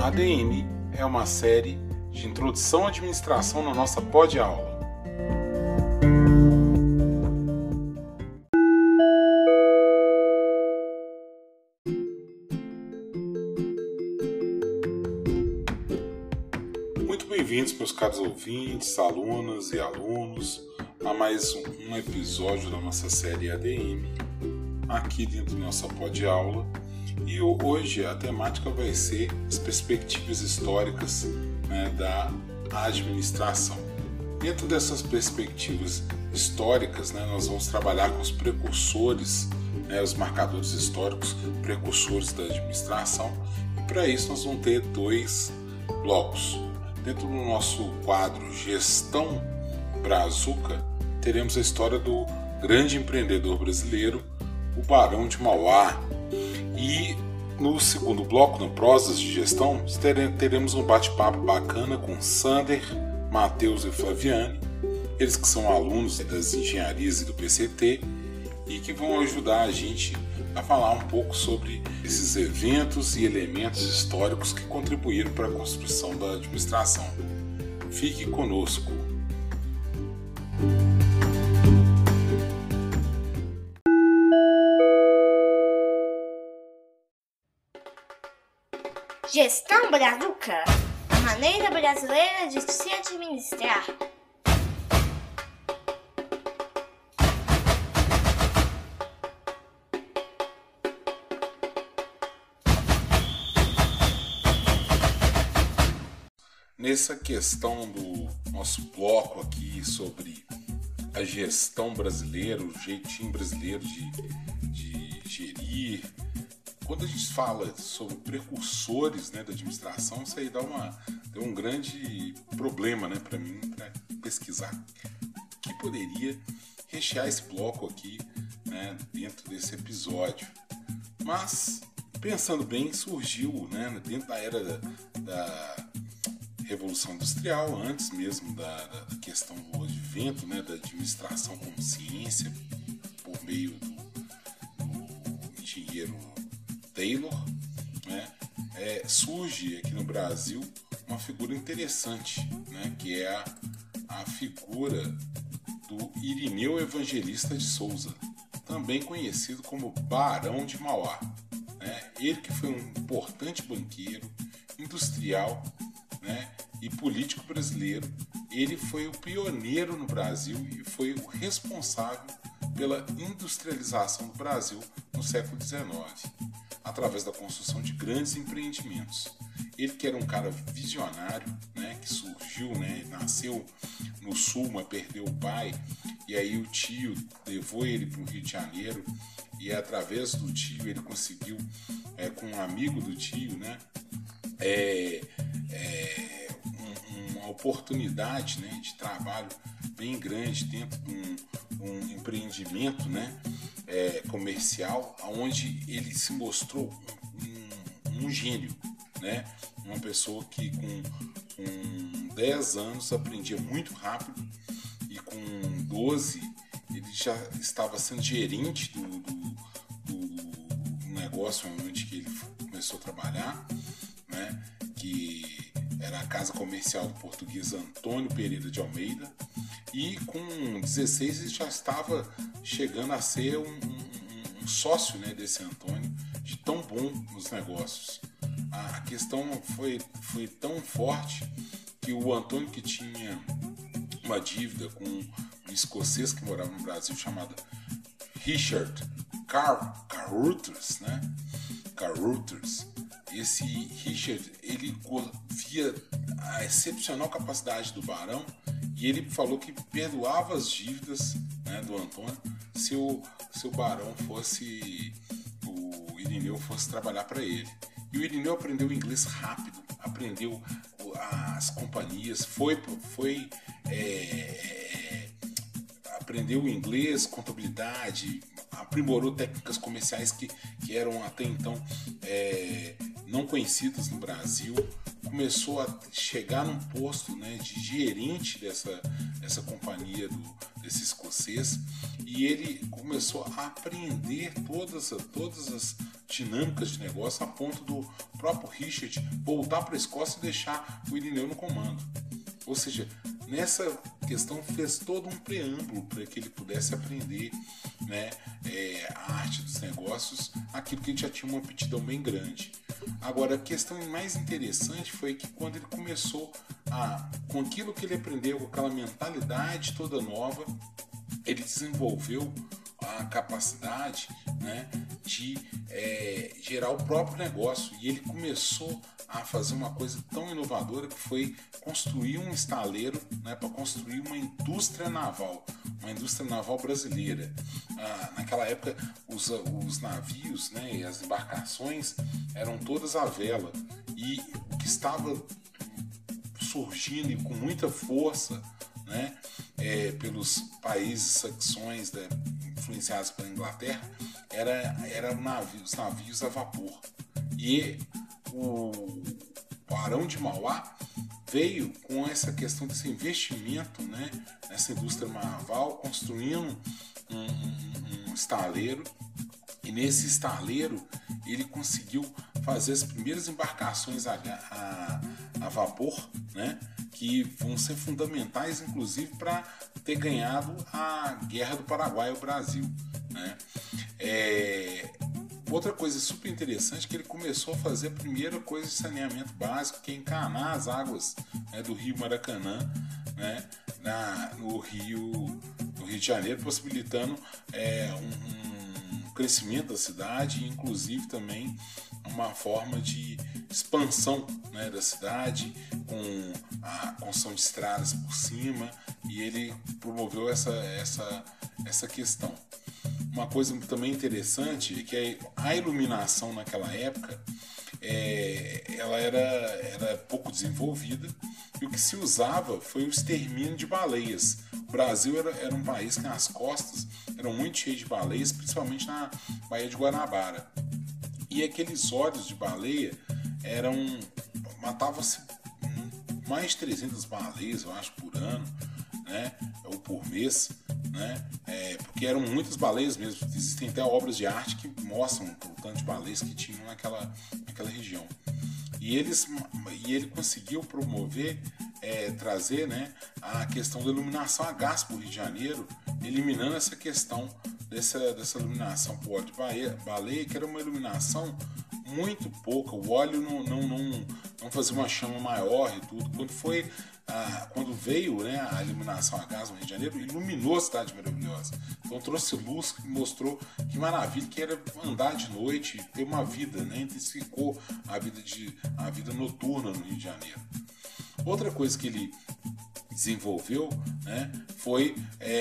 ADM é uma série de introdução à administração na nossa pod-aula. Muito bem-vindos, meus caros ouvintes, alunas e alunos, a mais um episódio da nossa série ADM, aqui dentro da nossa pod-aula. E hoje a temática vai ser as perspectivas históricas, da administração. Dentro dessas perspectivas históricas, nós vamos trabalhar com os precursores, os marcadores históricos precursores da administração. E para isso nós vamos ter dois blocos. Dentro do nosso quadro Gestão Brazuca, teremos a história do grande empreendedor brasileiro, o Barão de Mauá. E no segundo bloco, no Prosas de Gestão, teremos um bate-papo bacana com Sander, Matheus e Flaviane, eles que são alunos das engenharias e do PCT e que vão ajudar a gente a falar um pouco sobre esses eventos e elementos históricos que contribuíram para a construção da administração. Fique conosco! Gestão Brazuca, a maneira brasileira de se administrar. Nessa questão do nosso bloco aqui sobre a gestão brasileira, o jeitinho brasileiro de gerir, quando a gente fala sobre precursores da administração, isso aí deu um grande problema para mim, para pesquisar o que poderia rechear esse bloco aqui dentro desse episódio. Mas, pensando bem, surgiu dentro da era da Revolução Industrial, antes mesmo da questão do advento da administração como ciência, por meio do engenheiro Taylor, surge aqui no Brasil uma figura interessante, que é a figura do Irineu Evangelista de Souza, também conhecido como Barão de Mauá. Ele que foi um importante banqueiro, industrial e político brasileiro. Ele foi o pioneiro no Brasil e foi o responsável pela industrialização do Brasil no século XIX, através da construção de grandes empreendimentos. Ele que era um cara visionário, que surgiu, nasceu no Sul, mas perdeu o pai, e aí o tio levou ele para o Rio de Janeiro, e através do tio ele conseguiu, com um amigo do tio, uma oportunidade de trabalho bem grande dentro de um empreendimento comercial, onde ele se mostrou um gênio, uma pessoa que com 10 anos aprendia muito rápido, e com 12 ele já estava sendo gerente do negócio onde que ele começou a trabalhar, que era a casa comercial do português Antônio Pereira de Almeida, e com 16 ele já estava chegando a ser um sócio desse Antônio, de tão bom nos negócios. A questão foi tão forte que o Antônio, que tinha uma dívida com um escocês que morava no Brasil chamado Richard Carruthers, Carruthers. Esse Richard, ele via a excepcional capacidade do Barão, e ele falou que perdoava as dívidas do Antônio se o Barão o Irineu fosse trabalhar para ele. E o Irineu aprendeu inglês rápido, aprendeu as companhias, aprendeu inglês, contabilidade, aprimorou técnicas comerciais que eram até então não conhecidas no Brasil, começou a chegar num posto de gerente dessa companhia desse escocês, e ele começou a aprender todas as dinâmicas de negócio a ponto do próprio Richard voltar para a Escócia e deixar o Irineu no comando. Ou seja, nessa questão fez todo um preâmbulo para que ele pudesse aprender, né, a arte dos negócios, aquilo que ele já tinha uma aptidão bem grande. Agora, a questão mais interessante foi que quando ele começou com aquilo que ele aprendeu, com aquela mentalidade toda nova, ele desenvolveu a capacidade, né, de gerar o próprio negócio, e ele começou a fazer uma coisa tão inovadora que foi construir um estaleiro, né, para construir uma indústria naval brasileira. Naquela época os navios, né, e as embarcações eram todas à vela, e o que estava surgindo e com muita força, né, pelos países saxões, né, influenciados pela Inglaterra, eram os navios a vapor. E o Barão de Mauá veio com essa questão desse investimento, né, nessa indústria naval, construindo um estaleiro, e nesse estaleiro ele conseguiu fazer as primeiras embarcações a vapor, né, que vão ser fundamentais, inclusive, para ter ganhado a Guerra do Paraguai ao Brasil, né? Outra coisa super interessante é que ele começou a fazer a primeira coisa de saneamento básico, que é encanar as águas, né, do Rio Maracanã, né, no Rio de Janeiro, possibilitando um crescimento da cidade, e inclusive também uma forma de expansão, né, da cidade, com a construção de estradas por cima, e ele promoveu essa questão. Uma coisa também interessante é que a iluminação naquela época ela era pouco desenvolvida, e o que se usava foi o extermínio de baleias. O Brasil era um país que as costas eram muito cheias de baleias, principalmente na Baía de Guanabara. E aqueles olhos de baleia matava-se mais de 300 baleias, eu acho, por ano, né, ou por mês, né, porque eram muitas baleias mesmo. Existem até obras de arte que mostram o tanto de baleias que tinham naquela região. E ele conseguiu promover, trazer, né, a questão da iluminação a gás para o Rio de Janeiro, eliminando essa questão dessa iluminação por óleo de baleia, que era uma iluminação muito pouca. O óleo não fazia uma chama maior e tudo. Quando veio, né, a iluminação a gás no Rio de Janeiro, iluminou a cidade maravilhosa. Então trouxe luz, que mostrou que maravilha que era andar de noite, ter uma vida, né, intensificou a vida noturna no Rio de Janeiro. Outra coisa que ele desenvolveu, né, foi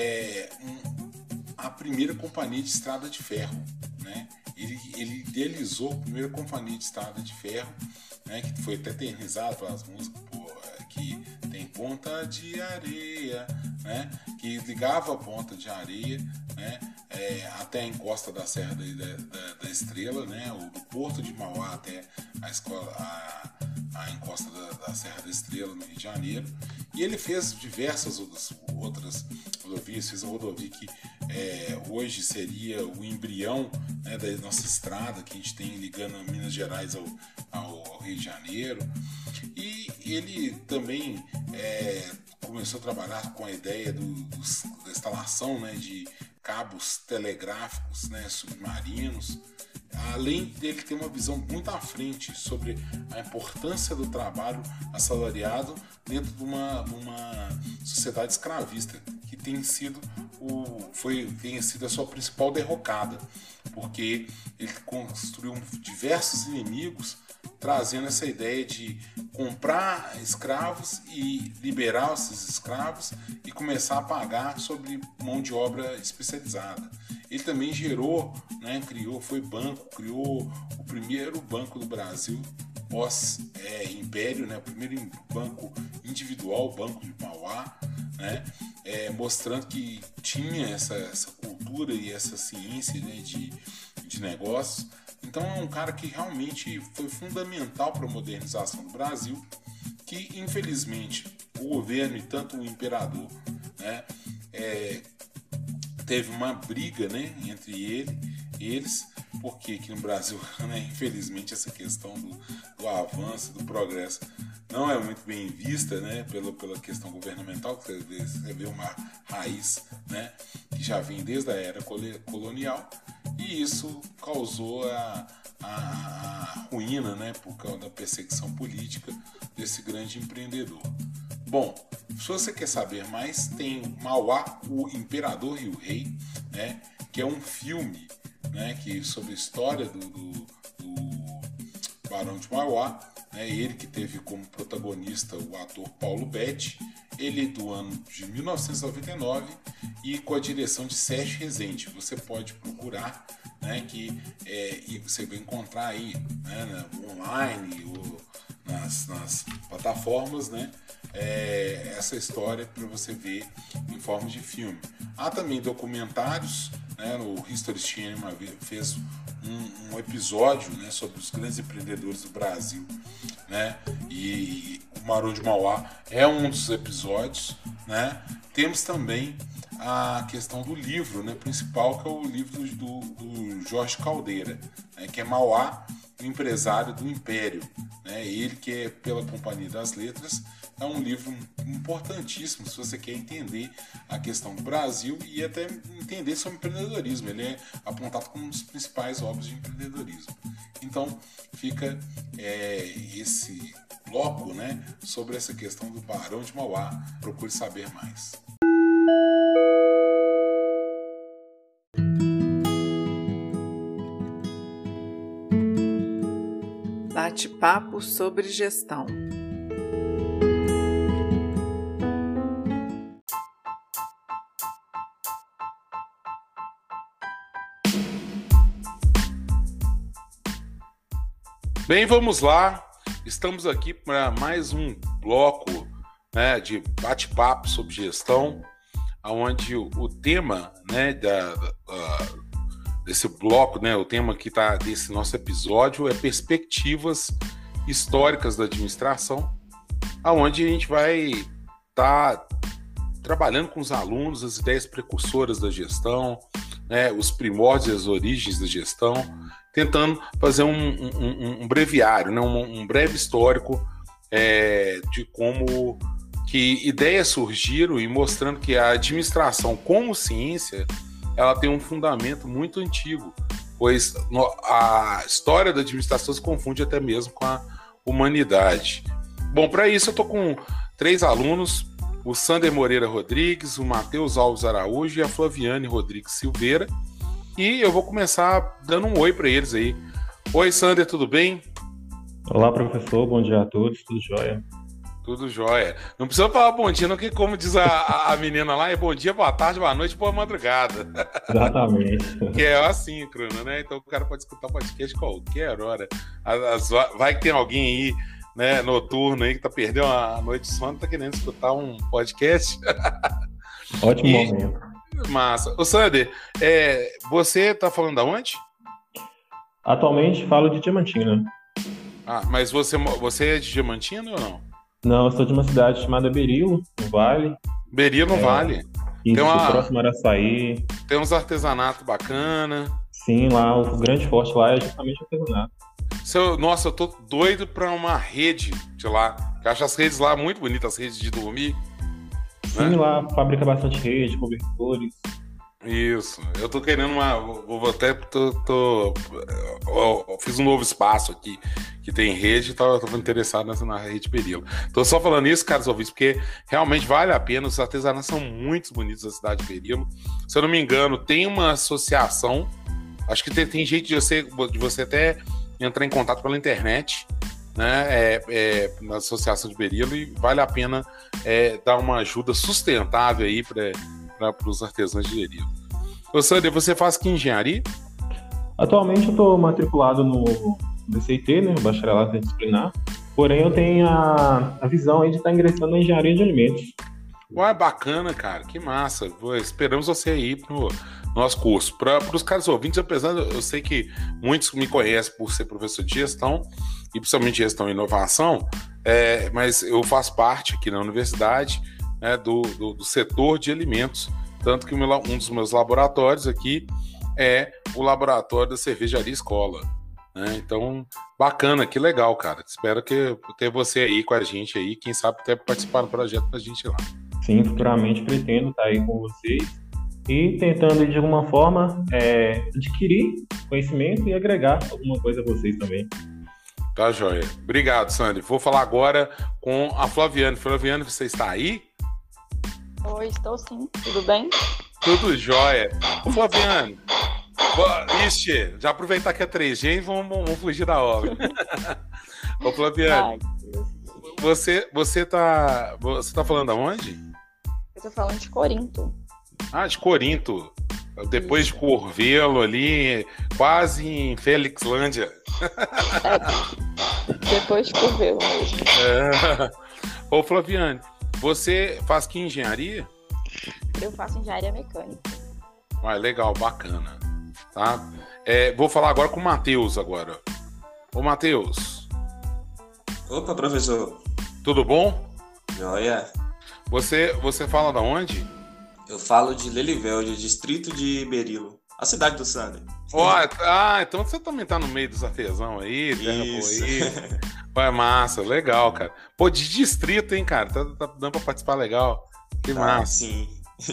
a primeira companhia de estrada de ferro, né? Ele idealizou a primeira companhia de estrada de ferro, né, que foi até eternizado pelas músicas, que tem Ponta de Areia, né, que ligava a Ponta de Areia, né, até a encosta da Serra da Estrela, né, ou do Porto de Mauá até a encosta da Serra da Estrela, no Rio de Janeiro. E ele fez diversas outras rodovias. Fez a rodovia que hoje seria o embrião, né, da nossa estrada que a gente tem ligando Minas Gerais ao Rio de Janeiro. E ele também começou a trabalhar com a ideia da instalação, né, de cabos telegráficos, né, submarinos, além dele ter uma visão muito à frente sobre a importância do trabalho assalariado dentro de uma sociedade escravista, que tem sido a sua principal derrocada, porque ele construiu diversos inimigos, trazendo essa ideia de comprar escravos e liberar esses escravos e começar a pagar sobre mão de obra especializada. Ele também criou o primeiro banco do Brasil pós-império, né, o primeiro banco individual, o Banco de Mauá, né, mostrando que tinha essa cultura e essa ciência, né, de negócios. Então é um cara que realmente foi fundamental para a modernização do Brasil, que infelizmente o governo e tanto o imperador, né, teve uma briga, né, entre eles, porque aqui no Brasil, né, infelizmente, essa questão do avanço, do progresso, não é muito bem vista, né, pela questão governamental, que você vê uma raiz, né, que já vem desde a era colonial, e isso causou a ruína, né, por causa da perseguição política desse grande empreendedor. Bom, se você quer saber mais, tem Mauá, o Imperador e o Rei, né, que é um filme, né, sobre a história do Barão de Mauá, né, ele que teve como protagonista o ator Paulo Betti, ele do ano de 1999 e com a direção de Sérgio Rezende. Você pode procurar, né, e você vai encontrar aí, né, online ou nas plataformas, né, essa história para você ver em forma de filme. Há também documentários, né, o History Channel fez um episódio, né, sobre os grandes empreendedores do Brasil, né, e o Barão de Mauá é um dos episódios, né. Temos também a questão do livro, né, principal, que é o livro do Jorge Caldeira, né, que é Mauá, o Empresário do Império, né, ele que é pela Companhia das Letras. É um livro importantíssimo se você quer entender a questão do Brasil e até entender sobre empreendedorismo. Ele é apontado como um dos principais obras de empreendedorismo. Então fica esse bloco, né, sobre essa questão do Barão de Mauá. Procure saber mais. Bate-papo sobre gestão. Bem, vamos lá. Estamos aqui para mais um bloco, né, de bate-papo sobre gestão, onde o tema, né, desse bloco, né, o tema que está desse nosso episódio é perspectivas históricas da administração, onde a gente vai estar trabalhando com os alunos as ideias precursoras da gestão, né, os primórdios e as origens da gestão, tentando fazer um breviário, né, um breve histórico de como que ideias surgiram e mostrando que a administração como ciência ela tem um fundamento muito antigo, pois a história da administração se confunde até mesmo com a humanidade. Bom, para isso eu estou com 3 alunos, o Sander Moreira Rodrigues, o Matheus Alves Araújo e a Flaviane Rodrigues Silveira. E eu vou começar dando um oi para eles aí. Oi, Sander, tudo bem? Olá, professor. Bom dia a todos. Tudo jóia? Tudo jóia. Não precisa falar bom dia, não, que como diz a menina lá, é bom dia, boa tarde, boa noite, boa madrugada. Exatamente. Que é assíncrono, né? Então o cara pode escutar podcast qualquer hora. Vai que tem alguém aí, né, noturno aí, que tá perdendo a noite de sono, tá querendo escutar um podcast. Ótimo momento. Massa. Ô Sander, você tá falando da onde? Atualmente falo de Diamantina. Ah, mas você é de Diamantina ou não? Não, eu sou de uma cidade chamada Berilo, no Vale. Berilo no Vale? Isso, próximo a Araçaí. Tem uns artesanatos bacana. Sim, lá, o grande forte lá é justamente o artesanato. Nossa, eu tô doido pra uma rede de lá. Eu acho as redes lá muito bonitas, as redes de dormir. Sim, né? Lá fabrica bastante rede, cobertores. Isso, eu tô querendo fiz um novo espaço aqui que tem rede e tava interessado na rede Berilo. Tô só falando isso, caros ouvintes, porque realmente vale a pena, os artesanatos são muito bonitos da cidade de Berilo. Se eu não me engano, tem uma associação, acho que tem jeito de você até entrar em contato pela internet, né, na associação de Berilo, e vale a pena dar uma ajuda sustentável aí para os artesãos de Berilo. Ô Sander, você faz que engenharia? Atualmente eu estou matriculado no BCIT, né, Bacharelado Interdisciplinar, porém eu tenho a visão aí de estar ingressando na engenharia de alimentos. Ué, bacana, cara, que massa. Esperamos você aí pro nosso curso. Para os caras ouvintes, apesar de eu sei que muitos me conhecem por ser professor de gestão, e principalmente gestão e inovação, mas eu faço parte aqui na universidade, né, do setor de alimentos, tanto que um dos meus laboratórios aqui é o laboratório da Cervejaria Escola, né? Então, bacana, que legal, cara. Espero que ter você aí com a gente aí, quem sabe até participar do projeto com a gente lá. Sim, futuramente pretendo estar aí com vocês e tentando, de alguma forma, adquirir conhecimento e agregar alguma coisa a vocês também. Tá, joia. Obrigado, Sandy. Vou falar agora com a Flaviane. Flaviane, você está aí? Oi, estou sim. Tudo bem? Tudo jóia. Ô, Flaviane, ixi, já aproveitar que é 3G e vamos fugir da obra. Ô, Flaviane, você tá falando aonde? Eu tô falando de Corinto. Ah, de Corinto. Depois de Corvelo ali, quase em Felixlândia. Depois de Corvelo mesmo. Ô, Flaviane, você faz que engenharia? Eu faço engenharia mecânica. Legal, bacana. Tá? Vou falar agora com o Matheus agora. Ô, Matheus. Opa, professor. Tudo bom? Joia. Você fala da onde? Eu falo de Lelivelde, distrito de Berilo, a cidade do Sander. Então você também tá no meio dos artesãos aí, terra Isso. Vai, massa, legal, cara. Pô, de distrito, hein, cara? Tá dando pra participar legal. Que massa. Sim.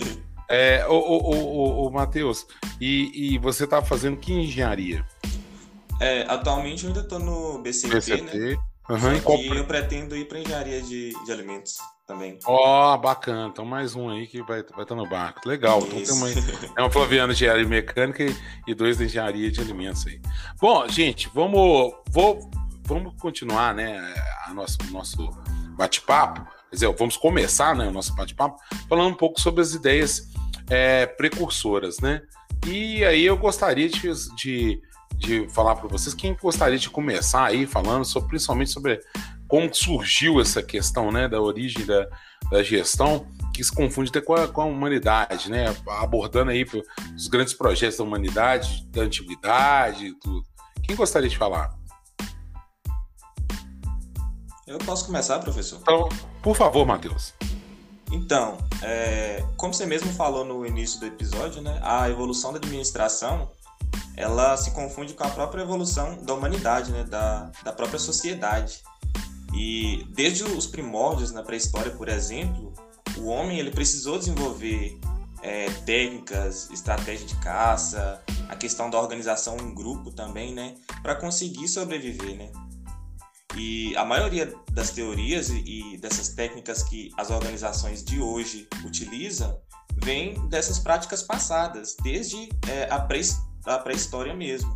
Ô, Matheus, e você tá fazendo que engenharia? Atualmente eu ainda tô no BCT, né? Uhum, Só que eu pretendo ir pra engenharia de alimentos também. Bacana. Então mais um aí que vai estar no barco. Legal. Isso. Então tem uma Flaviana de engenharia mecânica e 2 de engenharia de alimentos aí. Bom, gente, vamos continuar, né, nosso bate-papo. Quer dizer, vamos começar, né, o nosso bate-papo falando um pouco sobre as ideias precursoras, né? E aí eu gostaria de falar para vocês, quem gostaria de começar aí falando principalmente sobre como surgiu essa questão, né, da origem da gestão, que se confunde até com a humanidade, né, abordando aí os grandes projetos da humanidade, da antiguidade e tudo. Quem gostaria de falar? Eu posso começar, professor? Então, por favor, Matheus. Então, como você mesmo falou no início do episódio, né, a evolução da administração, ela se confunde com a própria evolução da humanidade, né, da própria sociedade. E desde os primórdios, na pré-história, por exemplo, o homem ele precisou desenvolver técnicas, estratégia de caça, a questão da organização em grupo também, né, para conseguir sobreviver, né. E a maioria das teorias e dessas técnicas que as organizações de hoje utilizam vem dessas práticas passadas, desde a pré-história mesmo.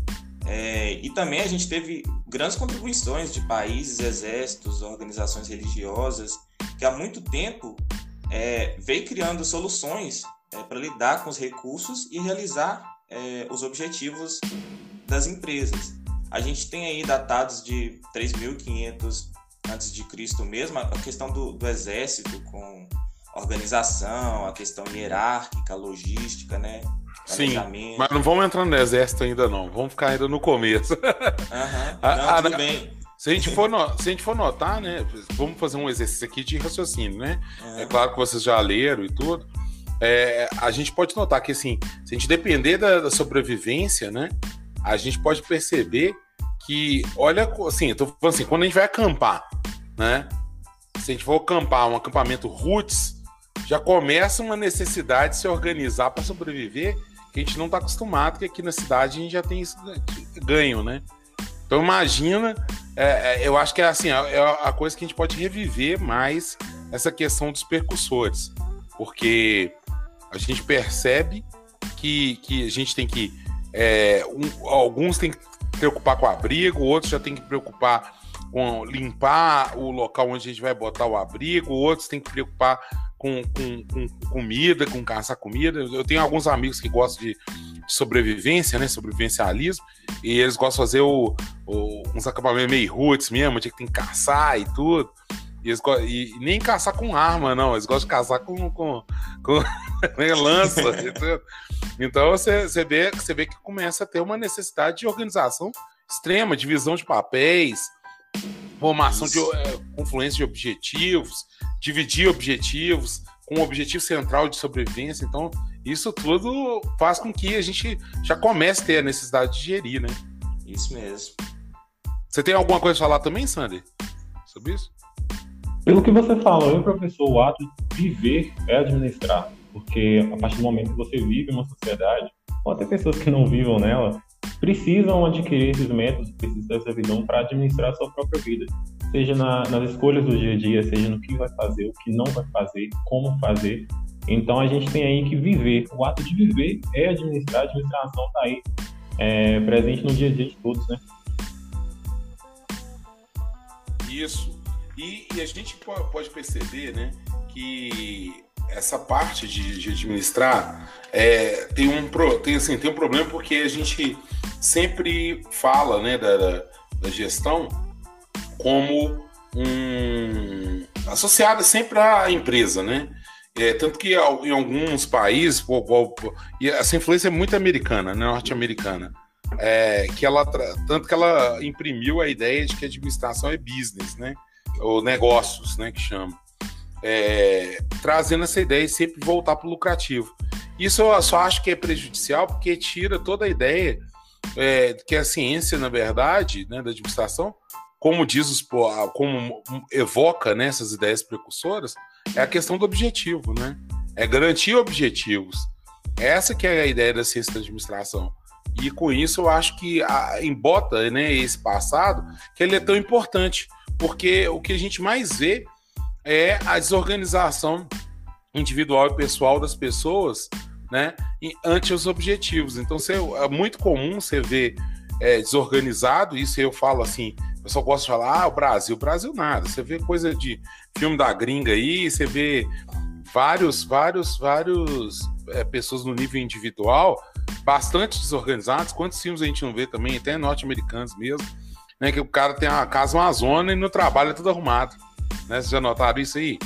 E também a gente teve grandes contribuições de países, exércitos, organizações religiosas, que há muito tempo veio criando soluções para lidar com os recursos e realizar os objetivos das empresas. A gente tem aí datados de 3.500 a.C. mesmo, a questão do exército com organização, a questão hierárquica, logística, né? Sim, mas não vamos entrar no exército ainda não, vamos ficar ainda no começo. Tudo bem. Se a gente for notar, né, vamos fazer um exercício aqui de raciocínio, né? É claro que vocês já leram e tudo. A gente pode notar que, assim, se a gente depender da sobrevivência, né, a gente pode perceber que, olha, assim, eu tô falando assim, quando a gente vai acampar, né, se a gente for acampar um acampamento roots, já começa uma necessidade de se organizar para sobreviver, que a gente não está acostumado, que aqui na cidade a gente já tem isso ganho, né? Então imagina, eu acho que assim, é a coisa que a gente pode reviver mais essa questão dos percussores, porque a gente percebe que a gente tem que alguns têm que preocupar com o abrigo, outros já têm que preocupar com limpar o local onde a gente vai botar o abrigo, outros têm que preocupar com comida, com caçar comida. Eu tenho alguns amigos que gostam de sobrevivência, né, sobrevivencialismo, e eles gostam de fazer uns acampamentos meio roots mesmo, onde tem que caçar e tudo. E nem caçar com arma, não. Eles gostam de caçar com lança. Então você vê que começa a ter uma necessidade de organização extrema, divisão de papéis, formação de confluência de objetivos, dividir objetivos com o objetivo central de sobrevivência. Então Isso tudo faz com que a gente já comece a ter a necessidade de gerir, né? Isso mesmo. Você tem alguma coisa a falar também, Sander? Sobre isso? Pelo que você falou, professor, o ato de viver é administrar. Porque a partir do momento que você vive uma sociedade, ou até pessoas que não vivam nela, precisam adquirir esses métodos, precisam ter essa visão para administrar a sua própria vida. Seja nas escolhas do dia a dia, seja no que vai fazer, o que não vai fazer, como fazer. Então a gente tem aí que viver. O ato de viver é administrar, a administração está aí presente no dia a dia de todos, né? Isso. E a gente pode perceber, né, que essa parte de administrar tem um problema, porque a gente sempre fala, né, da gestão como associada sempre à empresa, né? Tanto que em alguns países, e essa influência é muito americana, né, norte-americana, tanto que ela imprimiu a ideia de que a administração é business, né, ou negócios, né, que chama, trazendo essa ideia de sempre voltar para o lucrativo. Isso eu só acho que é prejudicial, porque tira toda a ideia que a ciência, na verdade, né, da administração, como evoca, né, essas ideias precursoras, é a questão do objetivo, né? É garantir objetivos. Essa que é a ideia da ciência da administração. E com isso eu acho que embota, né, esse passado, que ele é tão importante, porque o que a gente mais vê é a desorganização individual e pessoal das pessoas, né, ante os objetivos. Então é muito comum você ver desorganizado, isso eu falo assim, o pessoal gosta de falar, o Brasil nada, você vê coisa de filme da gringa aí, você vê vários pessoas no nível individual bastante desorganizados. Quantos filmes a gente não vê também, até norte-americanos mesmo, né, que o cara tem uma casa, uma zona e no trabalho é tudo arrumado, né? Vocês já notaram isso aí?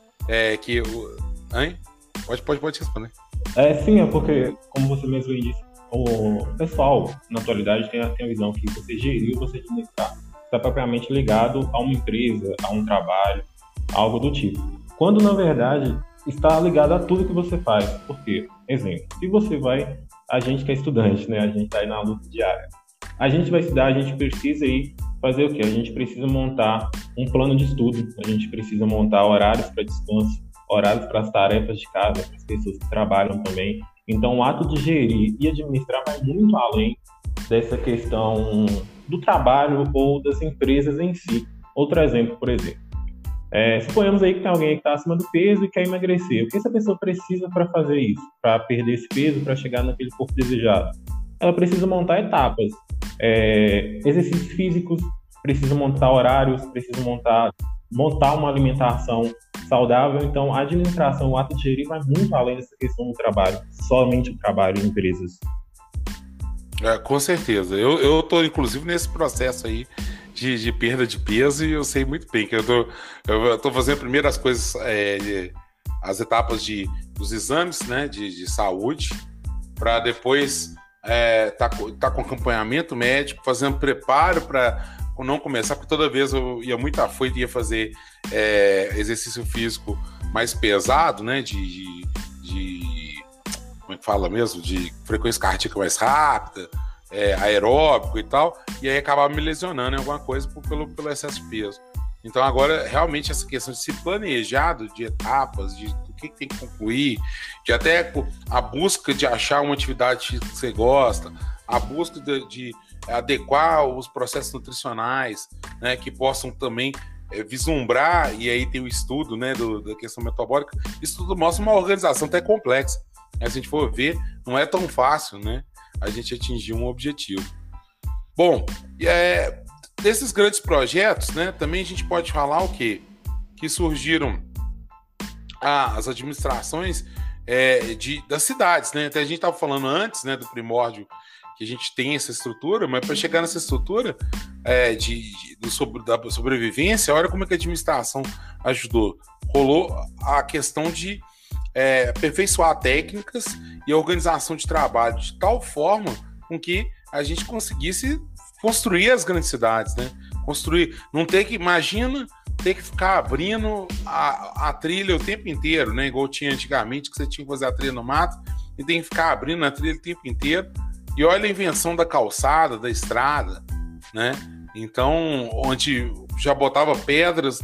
Hein? Pode responder. Sim, porque, como você mesmo disse, o pessoal, na atualidade, tem a visão que você gerir, você administrar, está propriamente ligado a uma empresa, a um trabalho, algo do tipo. Quando, na verdade, está ligado a tudo que você faz. Por quê? Exemplo, se você vai... A gente que é estudante, né? A gente está aí na luta diária. A gente vai estudar, a gente precisa ir fazer o quê? A gente precisa montar um plano de estudo, a gente precisa montar horários para descanso, horários para as tarefas de casa, para as pessoas que trabalham também. Então, o ato de gerir e administrar vai muito além dessa questão do trabalho ou das empresas em si. Outro exemplo, por exemplo. Suponhamos aí que tem alguém que está acima do peso e quer emagrecer. O que essa pessoa precisa para fazer isso? Para perder esse peso, para chegar naquele corpo desejado? Ela precisa montar etapas. Exercícios físicos, precisa montar horários, precisa montar uma alimentação saudável. Então, a administração, o ato de gerir vai muito além dessa questão do trabalho, somente o trabalho em empresas. Com certeza. Eu estou, inclusive, nesse processo aí de perda de peso, e eu sei muito bem que eu tô fazendo primeiro as coisas, as etapas dos exames, né, de saúde, para depois tá com acompanhamento médico, fazendo preparo para não começar, porque toda vez eu ia muito afoito, ia fazer exercício físico mais pesado, né, como é que fala mesmo, de frequência cardíaca mais rápida, aeróbico e tal, e aí acabava me lesionando em alguma coisa pelo excesso de peso. Então agora, realmente, essa questão de se planejar de etapas, do que tem que concluir, de até a busca de achar uma atividade que você gosta, a busca de adequar os processos nutricionais, né, que possam também vislumbrar, e aí tem o estudo, né, da questão metabólica. Isso tudo mostra uma organização até complexa. Se a gente for ver, não é tão fácil, né, a gente atingir um objetivo. Bom, desses grandes projetos, né, também a gente pode falar o quê? Que surgiram as administrações das cidades, né? Até a gente estava falando antes, né, do primórdio, que a gente tem essa estrutura, mas para chegar nessa estrutura da sobrevivência, olha como é que a administração ajudou. Rolou a questão de aperfeiçoar técnicas e a organização de trabalho de tal forma com que a gente conseguisse construir as grandes cidades, né? Não ter que, imagina, ter que ficar abrindo a trilha o tempo inteiro, né? Igual tinha antigamente, que você tinha que fazer a trilha no mato e tem que ficar abrindo na trilha o tempo inteiro. E olha a invenção da calçada, da estrada, né? Então, onde já botava pedras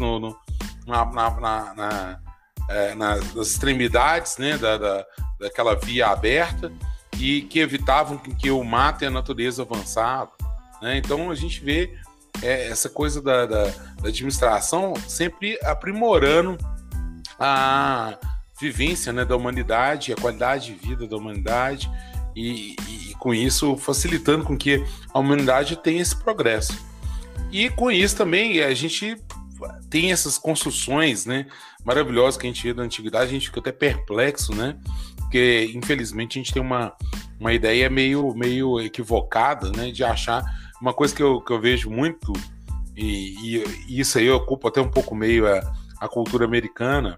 nas extremidades, né, daquela via aberta, e que evitavam que o mato e a natureza avançavam, né? Então a gente vê essa coisa da administração sempre aprimorando a vivência, né, da humanidade, a qualidade de vida da humanidade, e com isso facilitando com que a humanidade tenha esse progresso. E com isso também a gente tem essas construções, né, maravilhosas que a gente vê da antiguidade. A gente fica até perplexo, né, porque infelizmente a gente tem uma ideia meio equivocada, né, de achar uma coisa que eu vejo muito, e isso aí eu culpo até um pouco meio a cultura americana,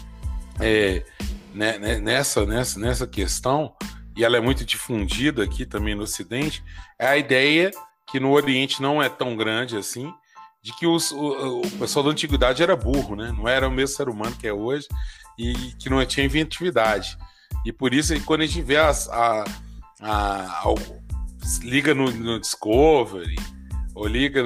né, nessa questão, e ela é muito difundida aqui também no Ocidente, é a ideia que no Oriente não é tão grande assim, de que o pessoal da antiguidade era burro, né? Não era o mesmo ser humano que é hoje, e que não tinha inventividade. E por isso, quando a gente vê liga no Discovery, ou liga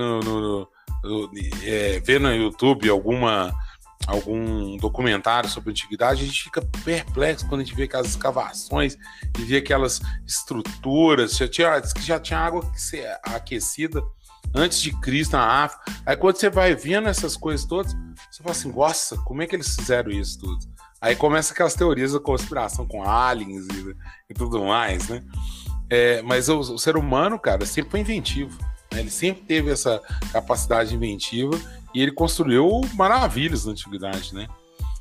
vê no YouTube algum documentário sobre a antiguidade, a gente fica perplexo quando a gente vê aquelas escavações e vê aquelas estruturas. Diz que já tinha água aquecida antes de Cristo na África. Aí quando você vai vendo essas coisas todas, você fala assim, nossa, como é que eles fizeram isso tudo? Aí começa aquelas teorias da conspiração com aliens e tudo mais, né? Mas o ser humano, cara, sempre foi inventivo, né? Ele sempre teve essa capacidade inventiva, e ele construiu maravilhas na antiguidade, né?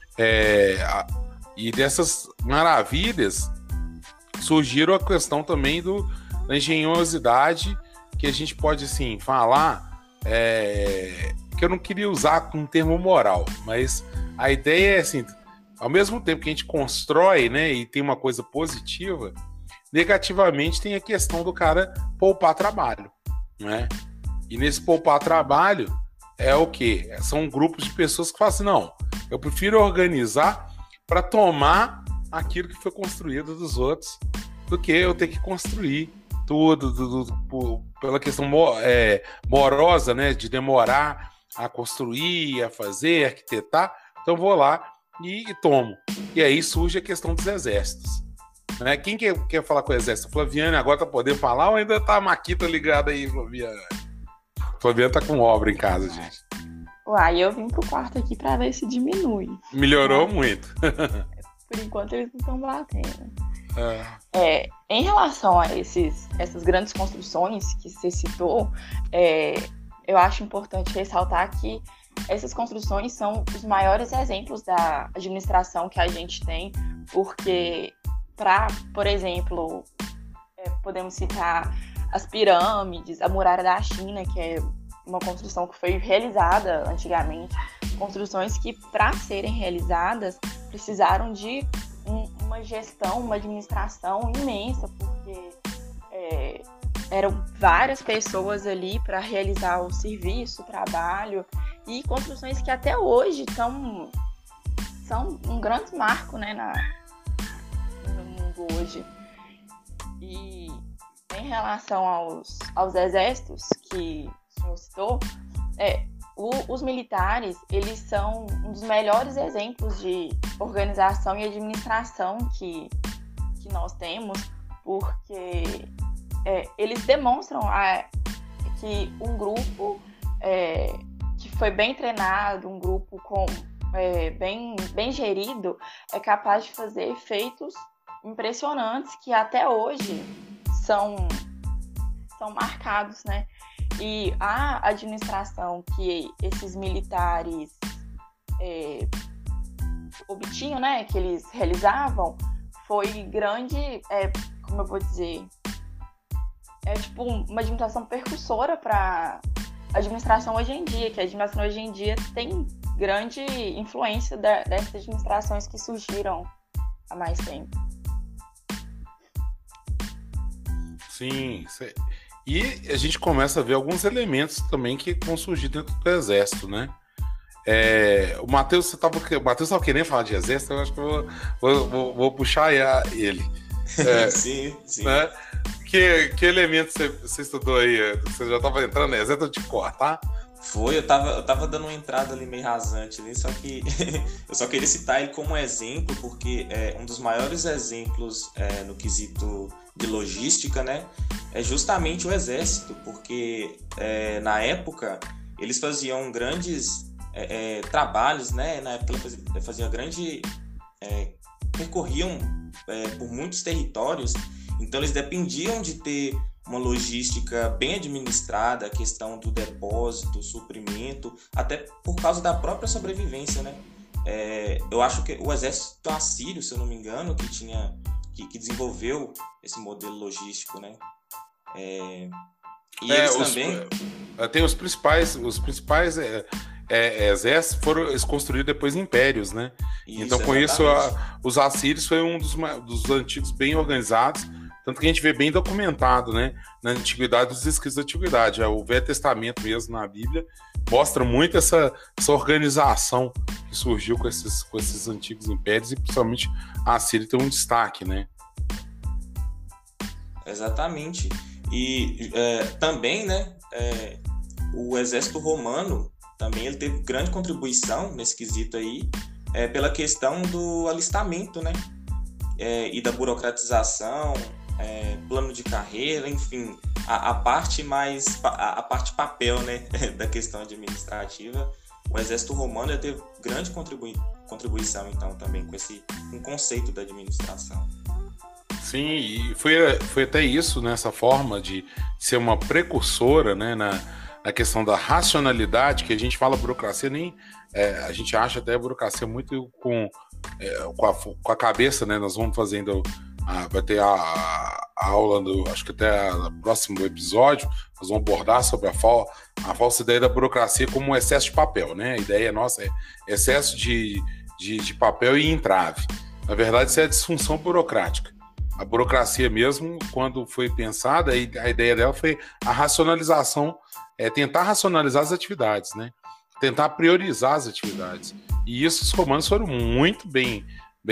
E dessas maravilhas surgiram a questão também da engenhosidade, que a gente pode, assim, falar, que eu não queria usar um termo moral, mas a ideia é assim, ao mesmo tempo que a gente constrói, né, e tem uma coisa positiva, negativamente tem a questão do cara poupar trabalho, né? E nesse poupar trabalho, é o quê? São grupos de pessoas que falam assim, não, eu prefiro organizar para tomar aquilo que foi construído dos outros, do que eu ter que construir tudo pela questão morosa, né, de demorar a construir, a fazer, a arquitetar. Então vou lá e tomo. E aí surge a questão dos exércitos, né? Quem quer falar com o exército? Flaviane agora tá podendo falar, ou ainda tá a Maquita ligada aí, Flaviane? Flaviana tá com obra em casa, gente. Uai, eu vim pro quarto aqui pra ver se diminui. Melhorou muito. Por enquanto eles não estão batendo. Em relação a essas grandes construções que você citou, eu acho importante ressaltar que essas construções são os maiores exemplos da administração que a gente tem, porque, por exemplo, podemos citar as pirâmides, a muralha da China, que é uma construção que foi realizada antigamente, construções que, para serem realizadas, precisaram de uma gestão, uma administração imensa, porque eram várias pessoas ali para realizar o serviço, o trabalho, e construções que até hoje são um grande marco, né, no mundo hoje. E em relação aos exércitos que o senhor citou, os militares, eles são um dos melhores exemplos de organização e administração que nós temos, porque eles demonstram que um grupo que foi bem treinado, um grupo bem gerido, é capaz de fazer efeitos impressionantes que até hoje são marcados, né? E a administração que esses militares obtinham, né, que eles realizavam, foi grande, como eu vou dizer, tipo uma administração percussora para a administração hoje em dia, que a administração hoje em dia tem grande influência dessas administrações que surgiram há mais tempo. Sim, e a gente começa a ver alguns elementos também que vão surgir dentro do exército, né? O Matheus estava querendo falar de exército, eu acho que eu vou puxar ele. Sim. Né? Que elemento você estudou aí? Você já estava entrando no exército, eu te cortar? Foi, eu tava dando uma entrada ali meio rasante ali, só que eu só queria citar ele como exemplo, porque é um dos maiores exemplos no quesito de logística, né? É justamente o exército, porque na época eles faziam grandes trabalhos, né? Na época eles faziam percorriam por muitos territórios, então eles dependiam de ter uma logística bem administrada, a questão do depósito, suprimento, até por causa da própria sobrevivência, né? Eu acho que o exército assírio, se eu não me engano, que desenvolveu esse modelo logístico, né? E eles também... Tem os principais exércitos foram construídos depois em impérios, né? Isso, então, com isso, os assírios foi um dos antigos bem organizados, tanto que a gente vê bem documentado, né? Na antiguidade, os escritos da antiguidade. O Velho Testamento mesmo, na Bíblia, mostra muito essa organização que surgiu com esses antigos impérios, e principalmente a Síria tem um destaque, né? Exatamente. E também, né, o exército romano também ele teve grande contribuição nesse quesito aí, pela questão do alistamento, né, e da burocratização, plano de carreira, enfim, a parte papel, né, da questão administrativa. O exército romano teve grande contribuição, então, também com um conceito da administração. Sim, e foi até isso, né, essa forma de ser uma precursora, né, na questão da racionalidade, que a gente fala burocracia, a gente acha até a burocracia muito com a cabeça, né? Nós vamos fazendo, vai ter a aula, acho que até o próximo episódio, nós vamos abordar sobre a falsa ideia da burocracia como um excesso de papel, né? A ideia nossa é excesso de papel e entrave. Na verdade, isso é a disfunção burocrática. A burocracia mesmo, quando foi pensada, a ideia dela foi a racionalização, tentar racionalizar as atividades, né? Tentar priorizar as atividades. E isso os romanos foram muito bem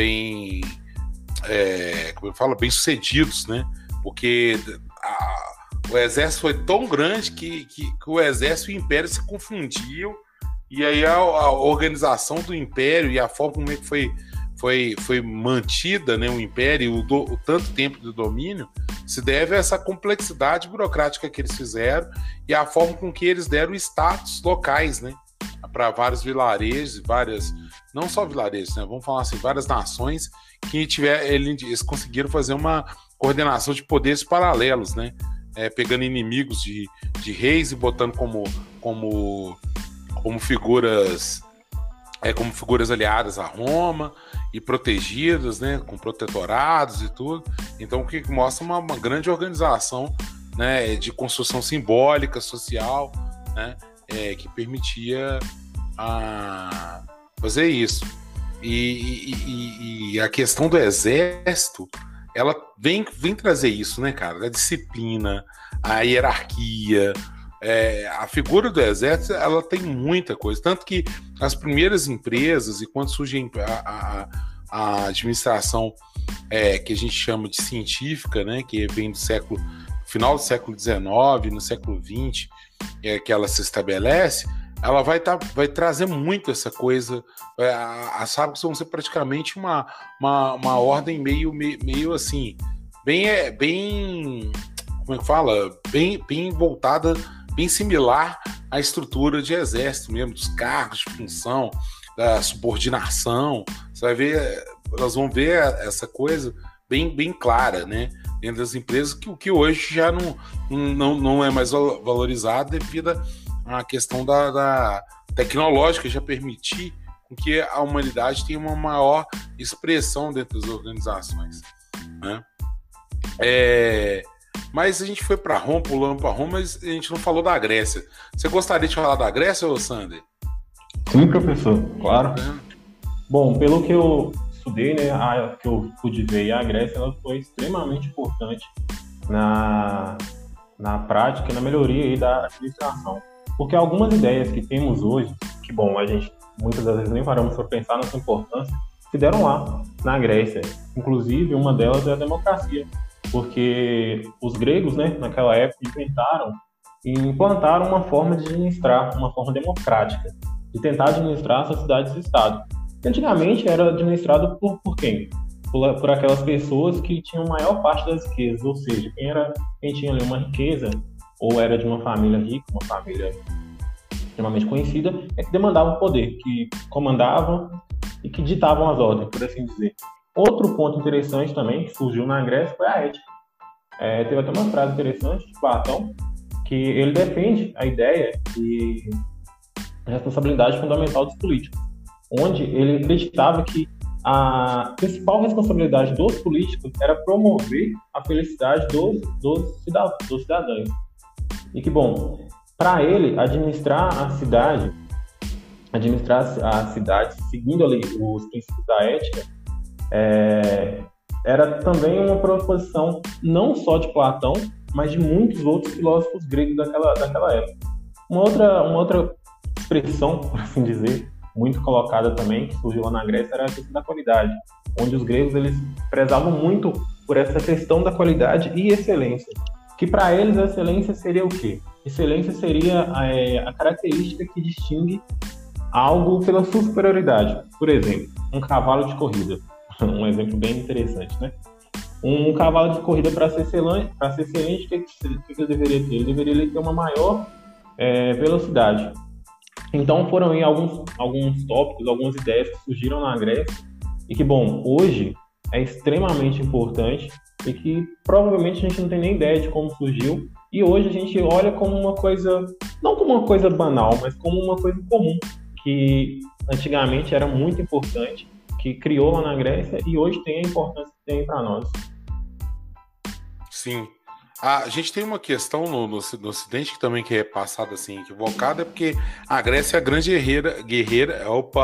como eu falo, bem sucedidos, né? Porque o exército foi tão grande que o exército e o império se confundiam, e aí a organização do império e a forma como é que foi mantida, né, o império, o tanto tempo de domínio, se deve a essa complexidade burocrática que eles fizeram e a forma com que eles deram status locais, né, para vários vilarejos, não só vilarejos, né, vamos falar assim, várias nações que eles conseguiram fazer uma coordenação de poderes paralelos, né, pegando inimigos de reis e botando como figuras aliadas a Roma e protegidas, né, com protetorados e tudo. Então, o que mostra uma grande organização, né, de construção simbólica, social, né, que permitia fazer isso. E a questão do exército, ela vem trazer isso, né, cara? A disciplina, a hierarquia. A figura do exército, ela tem muita coisa, tanto que as primeiras empresas, e quando surge a administração que a gente chama de científica, né, que vem do final do século XIX, no século XX, que ela se estabelece, ela vai trazer muito essa coisa. As fábricas vão ser praticamente uma ordem meio assim, bem como é que fala? Bem voltada, bem similar à estrutura de exército mesmo, dos cargos de função, da subordinação. Você vai ver, nós vamos ver essa coisa bem clara, né, dentro das empresas, que hoje já não é mais valorizado devido à questão da tecnológica, já permitir com que a humanidade tenha uma maior expressão dentro das organizações, né? Mas a gente foi para Roma, pulando para Roma, mas a gente não falou da Grécia. Você gostaria de falar da Grécia, ou Sander? Sim, professor, claro. Bom, pelo que eu estudei, né, que eu pude ver, a Grécia ela foi extremamente importante na prática e na melhoria aí da administração. Porque algumas ideias que temos hoje, que bom, a gente muitas das vezes nem paramos para pensar na sua importância, se deram lá, na Grécia. Inclusive, uma delas é a democracia, porque os gregos, né, naquela época, inventaram e implantaram uma forma de administrar, uma forma democrática, de tentar administrar essas cidades e estados. Antigamente era administrado por quem? Por aquelas pessoas que tinham a maior parte das riquezas, ou seja, quem tinha ali uma riqueza, ou era de uma família rica, uma família extremamente conhecida, é que demandava o poder, que comandavam e que ditavam as ordens, por assim dizer. Outro ponto interessante também que surgiu na Grécia foi a ética. Teve até uma frase interessante de Platão, que ele defende a ideia de responsabilidade fundamental dos políticos, onde ele acreditava que a principal responsabilidade dos políticos era promover a felicidade dos cidadãos. E que, bom, para ele, administrar a cidade seguindo ali os princípios da ética, era também uma proposição não só de Platão, mas de muitos outros filósofos gregos daquela época. Uma outra expressão, por assim dizer, muito colocada também, que surgiu lá na Grécia, era a questão da qualidade, onde os gregos eles prezavam muito por essa questão da qualidade e excelência, que para eles a excelência seria o quê? Excelência seria a característica que distingue algo pela sua superioridade. Por exemplo, um cavalo de corrida, um exemplo bem interessante, né? Um cavalo de corrida, para ser excelente, o que ele deveria ter? Ele deveria ter uma maior velocidade. Então foram aí alguns tópicos, algumas ideias que surgiram na Grécia e que, bom, hoje é extremamente importante e que provavelmente a gente não tem nem ideia de como surgiu, e hoje a gente olha como uma coisa, não como uma coisa banal, mas como uma coisa comum, que antigamente era muito importante, que criou lá na Grécia e hoje tem a importância que tem para nós. Sim. A gente tem uma questão no Ocidente que também é passada assim, equivocada, é porque a Grécia é a grande guerreira,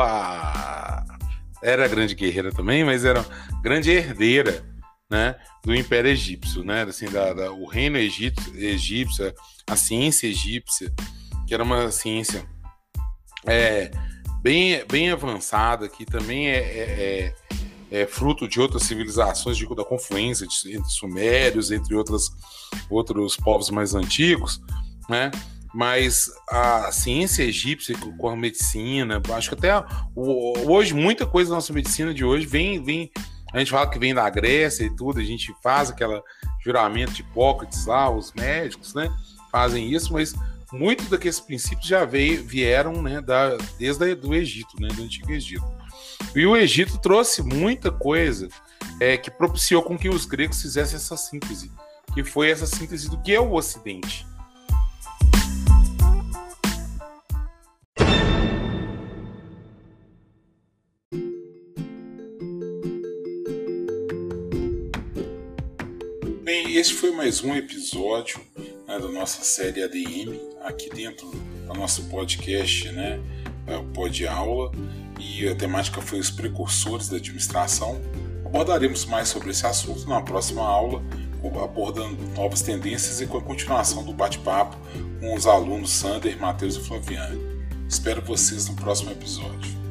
era grande guerreira também, mas era grande herdeira, né, do Império Egípcio, né, assim, o reino egípcio, a ciência egípcia, que era uma ciência bem avançada, que também é fruto de outras civilizações, da confluência entre sumérios, entre outros povos mais antigos, né? Mas a ciência egípcia com a medicina, acho que até hoje muita coisa da nossa medicina de hoje vem, a gente fala que vem da Grécia e tudo, a gente faz aquele juramento de Hipócrates lá, os médicos, né, fazem isso, mas muitos daqueles princípios já vieram, né, desde do Egito, né, do Antigo Egito. E o Egito trouxe muita coisa que propiciou com que os gregos fizessem essa síntese, que foi essa síntese do que é o Ocidente. Bem, esse foi mais um episódio, né, da nossa série ADM, aqui dentro do nosso podcast, né, o Pod Aula, e a temática foi os precursores da administração. Abordaremos mais sobre esse assunto na próxima aula, abordando novas tendências e com a continuação do bate-papo com os alunos Sander, Matheus e Flaviane. Espero vocês no próximo episódio.